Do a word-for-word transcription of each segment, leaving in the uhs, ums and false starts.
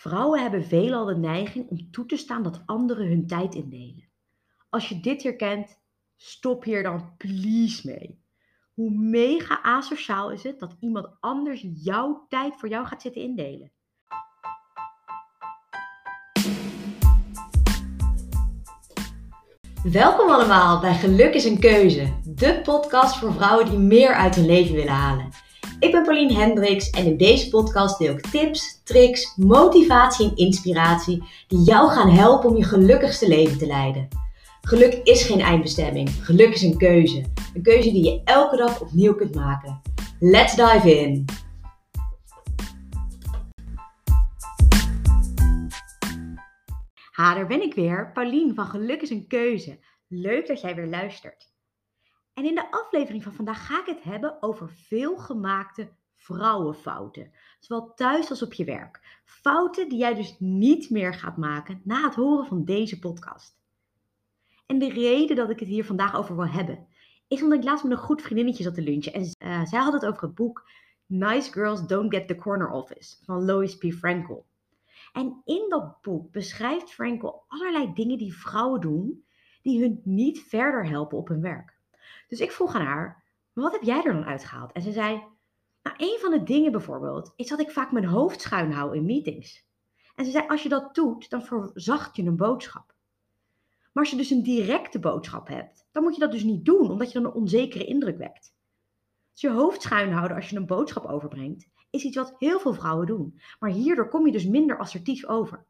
Vrouwen hebben veelal de neiging om toe te staan dat anderen hun tijd indelen. Als je dit herkent, stop hier dan please mee. Hoe mega asociaal is het dat iemand anders jouw tijd voor jou gaat zitten indelen? Welkom allemaal bij Geluk is een Keuze, de podcast voor vrouwen die meer uit hun leven willen halen. Ik ben Pauline Hendricks en in deze podcast deel ik tips, tricks, motivatie en inspiratie die jou gaan helpen om je gelukkigste leven te leiden. Geluk is geen eindbestemming, geluk is een keuze. Een keuze die je elke dag opnieuw kunt maken. Let's dive in! Ha, daar ben ik weer, Pauline van Geluk is een Keuze. Leuk dat jij weer luistert. En in de aflevering van vandaag ga ik het hebben over veelgemaakte vrouwenfouten. Zowel thuis als op je werk. Fouten die jij dus niet meer gaat maken na het horen van deze podcast. En de reden dat ik het hier vandaag over wil hebben, is omdat ik laatst met een goed vriendinnetje zat te lunchen. En uh, zij had het over het boek Nice Girls Don't Get the Corner Office van Lois P. Frankel. En in dat boek beschrijft Frankel allerlei dingen die vrouwen doen die hun niet verder helpen op hun werk. Dus ik vroeg aan haar, maar wat heb jij er dan uitgehaald? En ze zei, nou een van de dingen bijvoorbeeld is dat ik vaak mijn hoofd schuin hou in meetings. En ze zei, als je dat doet, dan verzacht je een boodschap. Maar als je dus een directe boodschap hebt, dan moet je dat dus niet doen, omdat je dan een onzekere indruk wekt. Dus je hoofd schuin houden als je een boodschap overbrengt, is iets wat heel veel vrouwen doen. Maar hierdoor kom je dus minder assertief over.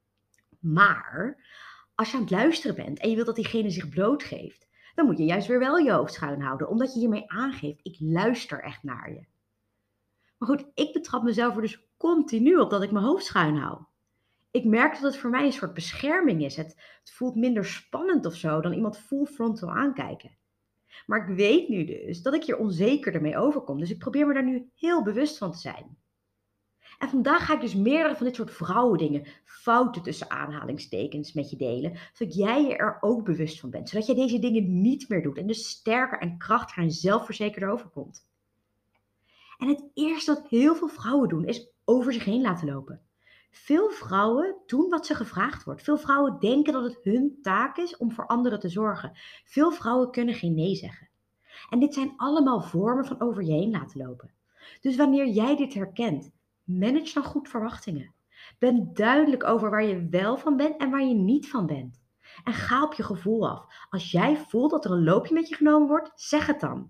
Maar als je aan het luisteren bent en je wilt dat diegene zich blootgeeft, dan moet je juist weer wel je hoofd schuin houden, omdat je hiermee aangeeft, ik luister echt naar je. Maar goed, ik betrap mezelf er dus continu op dat ik mijn hoofd schuin hou. Ik merk dat het voor mij een soort bescherming is. Het, het voelt minder spannend of zo dan iemand full frontal aankijken. Maar ik weet nu dus dat ik hier onzekerder mee overkom. Dus ik probeer me daar nu heel bewust van te zijn. En vandaag ga ik dus meerdere van dit soort vrouwendingen, fouten tussen aanhalingstekens, met je delen. Zodat jij je er ook bewust van bent. Zodat jij deze dingen niet meer doet. En dus sterker en krachtiger en zelfverzekerder overkomt. En het eerste wat heel veel vrouwen doen is over zich heen laten lopen. Veel vrouwen doen wat ze gevraagd wordt. Veel vrouwen denken dat het hun taak is om voor anderen te zorgen. Veel vrouwen kunnen geen nee zeggen. En dit zijn allemaal vormen van over je heen laten lopen. Dus wanneer jij dit herkent, manage dan goed verwachtingen. Ben duidelijk over waar je wel van bent en waar je niet van bent. En ga op je gevoel af. Als jij voelt dat er een loopje met je genomen wordt, zeg het dan.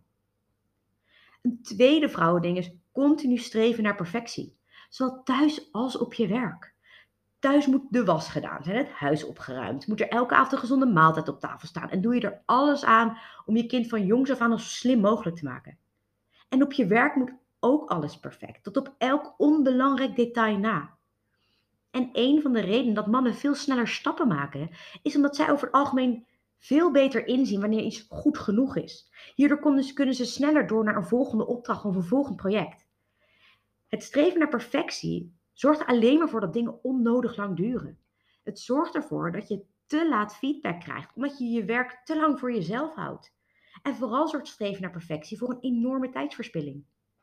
Een tweede vrouwending is continu streven naar perfectie. Zowel thuis als op je werk. Thuis moet de was gedaan zijn, het huis opgeruimd. Moet er elke avond een gezonde maaltijd op tafel staan. En doe je er alles aan om je kind van jongs af aan zo slim mogelijk te maken. En op je werk moet ook alles perfect. Tot op elk onbelangrijk detail na. En een van de redenen dat mannen veel sneller stappen maken, is omdat zij over het algemeen veel beter inzien wanneer iets goed genoeg is. Hierdoor kunnen ze sneller door naar een volgende opdracht of een volgend project. Het streven naar perfectie zorgt er alleen maar voor dat dingen onnodig lang duren. Het zorgt ervoor dat je te laat feedback krijgt, omdat je je werk te lang voor jezelf houdt. En vooral zorgt streven naar perfectie voor een enorme tijdsverspilling.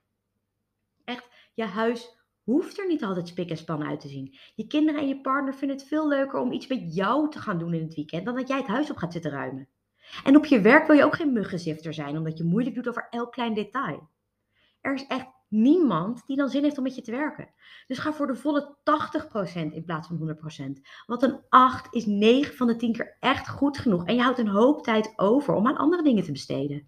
Echt, je huis hoeft er niet altijd spik en span uit te zien. Je kinderen en je partner vinden het veel leuker om iets met jou te gaan doen in het weekend, dan dat jij het huis op gaat zitten ruimen. En op je werk wil je ook geen muggenzifter zijn, omdat je moeilijk doet over elk klein detail. Er is echt niemand die dan zin heeft om met je te werken. Dus ga voor de volle tachtig procent in plaats van honderd procent. Want een acht is negen van de tien keer echt goed genoeg. En je houdt een hoop tijd over om aan andere dingen te besteden.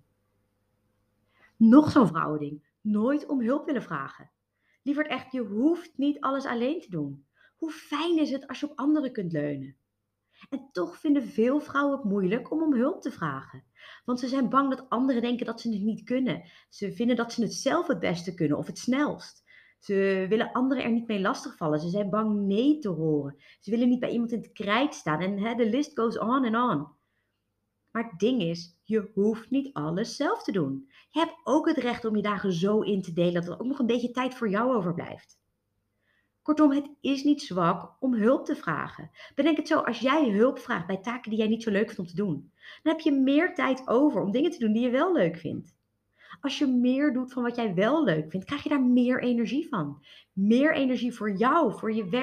Nog zo'n vrouwending. Nooit om hulp willen vragen. Lieverd echt, je hoeft niet alles alleen te doen. Hoe fijn is het als je op anderen kunt leunen? En toch vinden veel vrouwen het moeilijk om om hulp te vragen. Want ze zijn bang dat anderen denken dat ze het niet kunnen. Ze vinden dat ze het zelf het beste kunnen of het snelst. Ze willen anderen er niet mee lastigvallen. Ze zijn bang nee te horen. Ze willen niet bij iemand in het krijt staan. En hè, de list goes on en on. Maar het ding is, je hoeft niet alles zelf te doen. Je hebt ook het recht om je dagen zo in te delen dat er ook nog een beetje tijd voor jou overblijft. Kortom, het is niet zwak om hulp te vragen. Bedenk het zo, als jij hulp vraagt bij taken die jij niet zo leuk vindt om te doen, dan heb je meer tijd over om dingen te doen die je wel leuk vindt. Als je meer doet van wat jij wel leuk vindt, krijg je daar meer energie van. Meer energie voor jou, voor je werk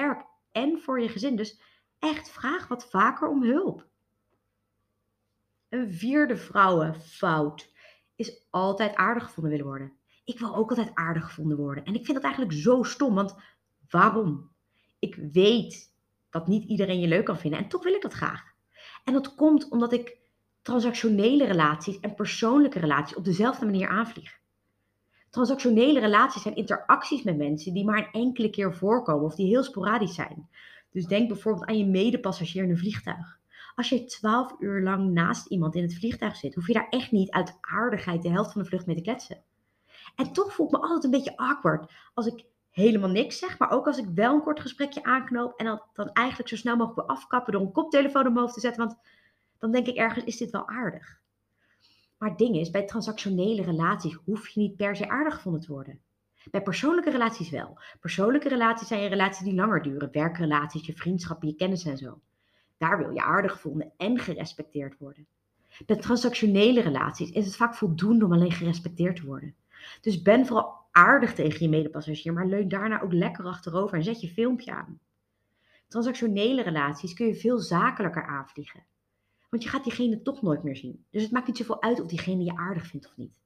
en voor je gezin. Dus echt vraag wat vaker om hulp. Een vierde vrouwenfout is altijd aardig gevonden willen worden. Ik wil ook altijd aardig gevonden worden. En ik vind dat eigenlijk zo stom, want waarom? Ik weet dat niet iedereen je leuk kan vinden en toch wil ik dat graag. En dat komt omdat ik transactionele relaties en persoonlijke relaties op dezelfde manier aanvlieg. Transactionele relaties zijn interacties met mensen die maar een enkele keer voorkomen of die heel sporadisch zijn. Dus denk bijvoorbeeld aan je medepassagier in een vliegtuig. Als je twaalf uur lang naast iemand in het vliegtuig zit, hoef je daar echt niet uit aardigheid de helft van de vlucht mee te kletsen. En toch voel ik me altijd een beetje awkward als ik helemaal niks zeg, maar ook als ik wel een kort gesprekje aanknoop en dat dan eigenlijk zo snel mogelijk wil afkappen door een koptelefoon op mijn hoofd te zetten, want dan denk ik ergens, is dit wel aardig? Maar het ding is, bij transactionele relaties hoef je niet per se aardig gevonden te worden. Bij persoonlijke relaties wel. Persoonlijke relaties zijn je relaties die langer duren. Werkrelaties, je vriendschappen, je kennis en zo. Daar wil je aardig gevonden en gerespecteerd worden. Bij transactionele relaties is het vaak voldoende om alleen gerespecteerd te worden. Dus ben vooral aardig tegen je medepassagier, maar leun daarna ook lekker achterover en zet je filmpje aan. Transactionele relaties kun je veel zakelijker aanvliegen. Want je gaat diegene toch nooit meer zien. Dus het maakt niet zoveel uit of diegene je aardig vindt of niet.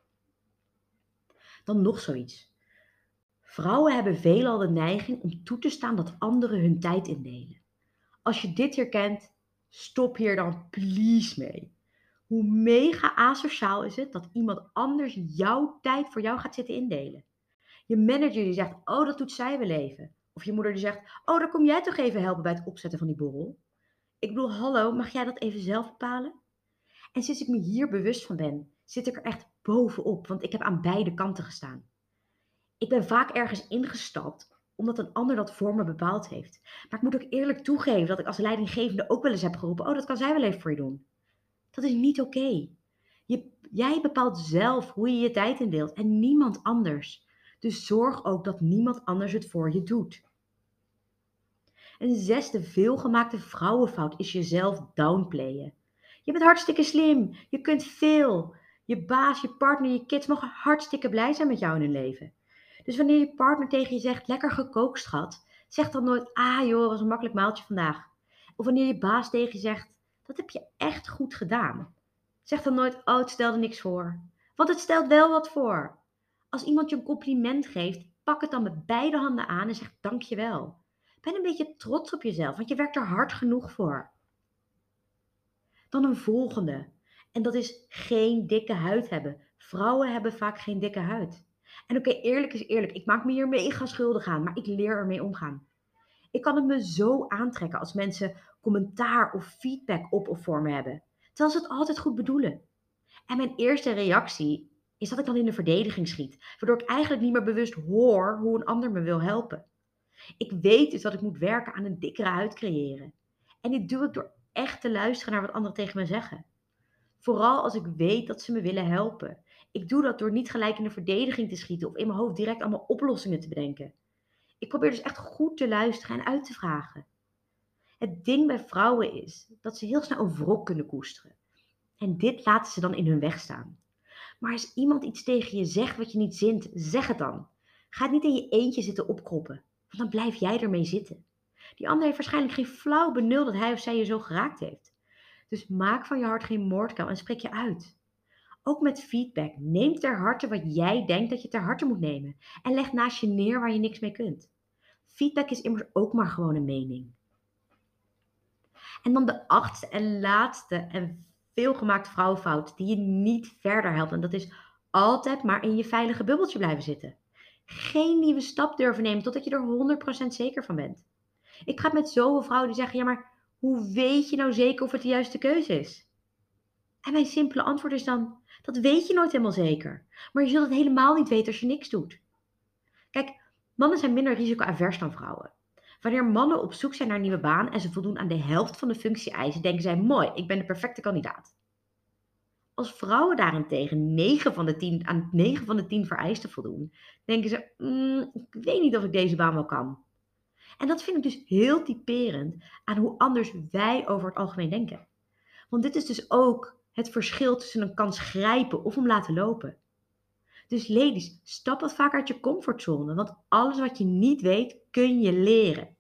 Dan nog zoiets. Vrouwen hebben veelal de neiging om toe te staan dat anderen hun tijd indelen. Als je dit herkent, stop hier dan please mee. Hoe mega asociaal is het dat iemand anders jouw tijd voor jou gaat zitten indelen? Je manager die zegt, oh dat doet zij wel even. Of je moeder die zegt, oh dan kom jij toch even helpen bij het opzetten van die borrel. Ik bedoel, hallo, mag jij dat even zelf bepalen? En sinds ik me hier bewust van ben, zit ik er echt bovenop, want ik heb aan beide kanten gestaan. Ik ben vaak ergens ingestapt, omdat een ander dat voor me bepaald heeft. Maar ik moet ook eerlijk toegeven dat ik als leidinggevende ook wel eens heb geroepen, oh dat kan zij wel even voor je doen. Dat is niet oké. Je, jij bepaalt zelf hoe je je tijd indeelt en niemand anders. Dus zorg ook dat niemand anders het voor je doet. Een zesde veelgemaakte vrouwenfout is jezelf downplayen. Je bent hartstikke slim, je kunt veel. Je baas, je partner, je kids mogen hartstikke blij zijn met jou in hun leven. Dus wanneer je partner tegen je zegt, lekker gekookt schat, zeg dan nooit, ah joh, was een makkelijk maaltje vandaag. Of wanneer je baas tegen je zegt, dat heb je echt goed gedaan. Zeg dan nooit, oh het stelde niks voor. Want het stelt wel wat voor. Als iemand je een compliment geeft, pak het dan met beide handen aan en zeg dankjewel. Ben een beetje trots op jezelf, want je werkt er hard genoeg voor. Dan een volgende. En dat is geen dikke huid hebben. Vrouwen hebben vaak geen dikke huid. En oké, eerlijk is eerlijk. Ik maak me hier mega schuldig aan, maar ik leer ermee omgaan. Ik kan het me zo aantrekken als mensen commentaar of feedback op of voor me hebben. Terwijl ze het altijd goed bedoelen. En mijn eerste reactie is dat ik dan in de verdediging schiet. Waardoor ik eigenlijk niet meer bewust hoor hoe een ander me wil helpen. Ik weet dus dat ik moet werken aan een dikkere huid creëren. En dit doe ik door echt te luisteren naar wat anderen tegen me zeggen. Vooral als ik weet dat ze me willen helpen. Ik doe dat door niet gelijk in de verdediging te schieten of in mijn hoofd direct allemaal oplossingen te bedenken. Ik probeer dus echt goed te luisteren en uit te vragen. Het ding bij vrouwen is dat ze heel snel een wrok kunnen koesteren. En dit laten ze dan in hun weg staan. Maar als iemand iets tegen je zegt wat je niet zint, zeg het dan. Ga het niet in je eentje zitten opkroppen. Want dan blijf jij ermee zitten. Die ander heeft waarschijnlijk geen flauw benul dat hij of zij je zo geraakt heeft. Dus maak van je hart geen moordkuil en spreek je uit. Ook met feedback. Neem ter harte wat jij denkt dat je ter harte moet nemen. En leg naast je neer waar je niks mee kunt. Feedback is immers ook maar gewoon een mening. En dan de achtste en laatste en veelgemaakte vrouwenfout die je niet verder helpt. En dat is altijd maar in je veilige bubbeltje blijven zitten. Geen nieuwe stap durven nemen totdat je er honderd procent zeker van bent. Ik praat met zoveel vrouwen die zeggen, ja maar hoe weet je nou zeker of het de juiste keuze is? En mijn simpele antwoord is dan, dat weet je nooit helemaal zeker. Maar je zult het helemaal niet weten als je niks doet. Kijk, mannen zijn minder risicoavers dan vrouwen. Wanneer mannen op zoek zijn naar een nieuwe baan en ze voldoen aan de helft van de functie-eisen, denken zij, mooi, ik ben de perfecte kandidaat. Als vrouwen daarentegen negen van de tien, aan negen van de tien vereisten voldoen, denken ze, mm, ik weet niet of ik deze baan wel kan. En dat vind ik dus heel typerend aan hoe anders wij over het algemeen denken. Want dit is dus ook het verschil tussen een kans grijpen of hem laten lopen. Dus ladies, stap wat vaak uit je comfortzone, want alles wat je niet weet, kun je leren.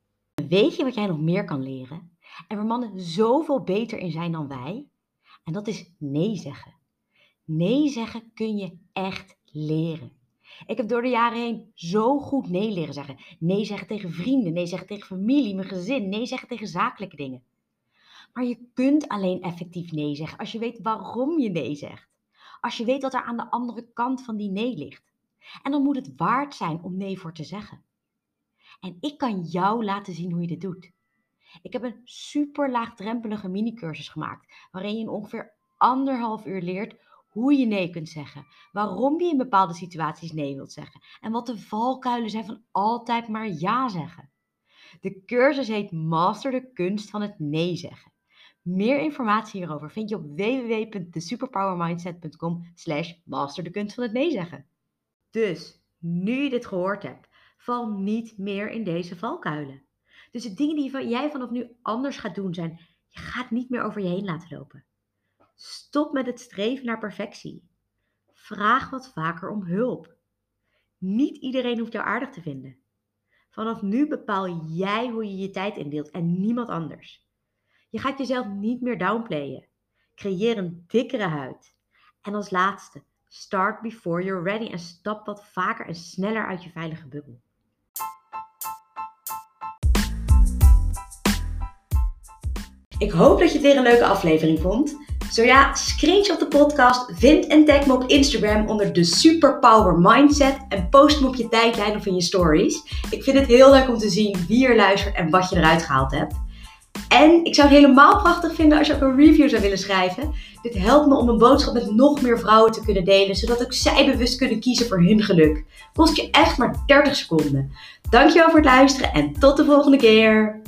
Weet je wat jij nog meer kan leren? En waar mannen zoveel beter in zijn dan wij? En dat is nee zeggen. Nee zeggen kun je echt leren. Ik heb door de jaren heen zo goed nee leren zeggen. Nee zeggen tegen vrienden, nee zeggen tegen familie, mijn gezin, nee zeggen tegen zakelijke dingen. Maar je kunt alleen effectief nee zeggen als je weet waarom je nee zegt. Als je weet wat er aan de andere kant van die nee ligt. En dan moet het waard zijn om nee voor te zeggen. En ik kan jou laten zien hoe je dit doet. Ik heb een super laagdrempelige mini-cursus gemaakt, waarin je in ongeveer anderhalf uur leert hoe je nee kunt zeggen, waarom je in bepaalde situaties nee wilt zeggen en wat de valkuilen zijn van altijd maar ja zeggen. De cursus heet Master de kunst van het nee zeggen. Meer informatie hierover vind je op w w w punt the superpowermindset punt com slash master de kunst van het nee zeggen. Dus, nu je dit gehoord hebt, val niet meer in deze valkuilen. Dus de dingen die jij vanaf nu anders gaat doen zijn, je gaat niet meer over je heen laten lopen. Stop met het streven naar perfectie. Vraag wat vaker om hulp. Niet iedereen hoeft jou aardig te vinden. Vanaf nu bepaal jij hoe je je tijd indeelt en niemand anders. Je gaat jezelf niet meer downplayen. Creëer een dikkere huid. En als laatste, start before you're ready en stap wat vaker en sneller uit je veilige bubbel. Ik hoop dat je het weer een leuke aflevering vond. Zo ja, screenshot de podcast, vind en tag me op Instagram onder de Superpower Mindset en post me op je tijdlijn of in je stories. Ik vind het heel leuk om te zien wie er luistert en wat je eruit gehaald hebt. En ik zou het helemaal prachtig vinden als je ook een review zou willen schrijven. Dit helpt me om een boodschap met nog meer vrouwen te kunnen delen, zodat ook zij bewust kunnen kiezen voor hun geluk. Kost je echt maar dertig seconden. Dankjewel voor het luisteren en tot de volgende keer.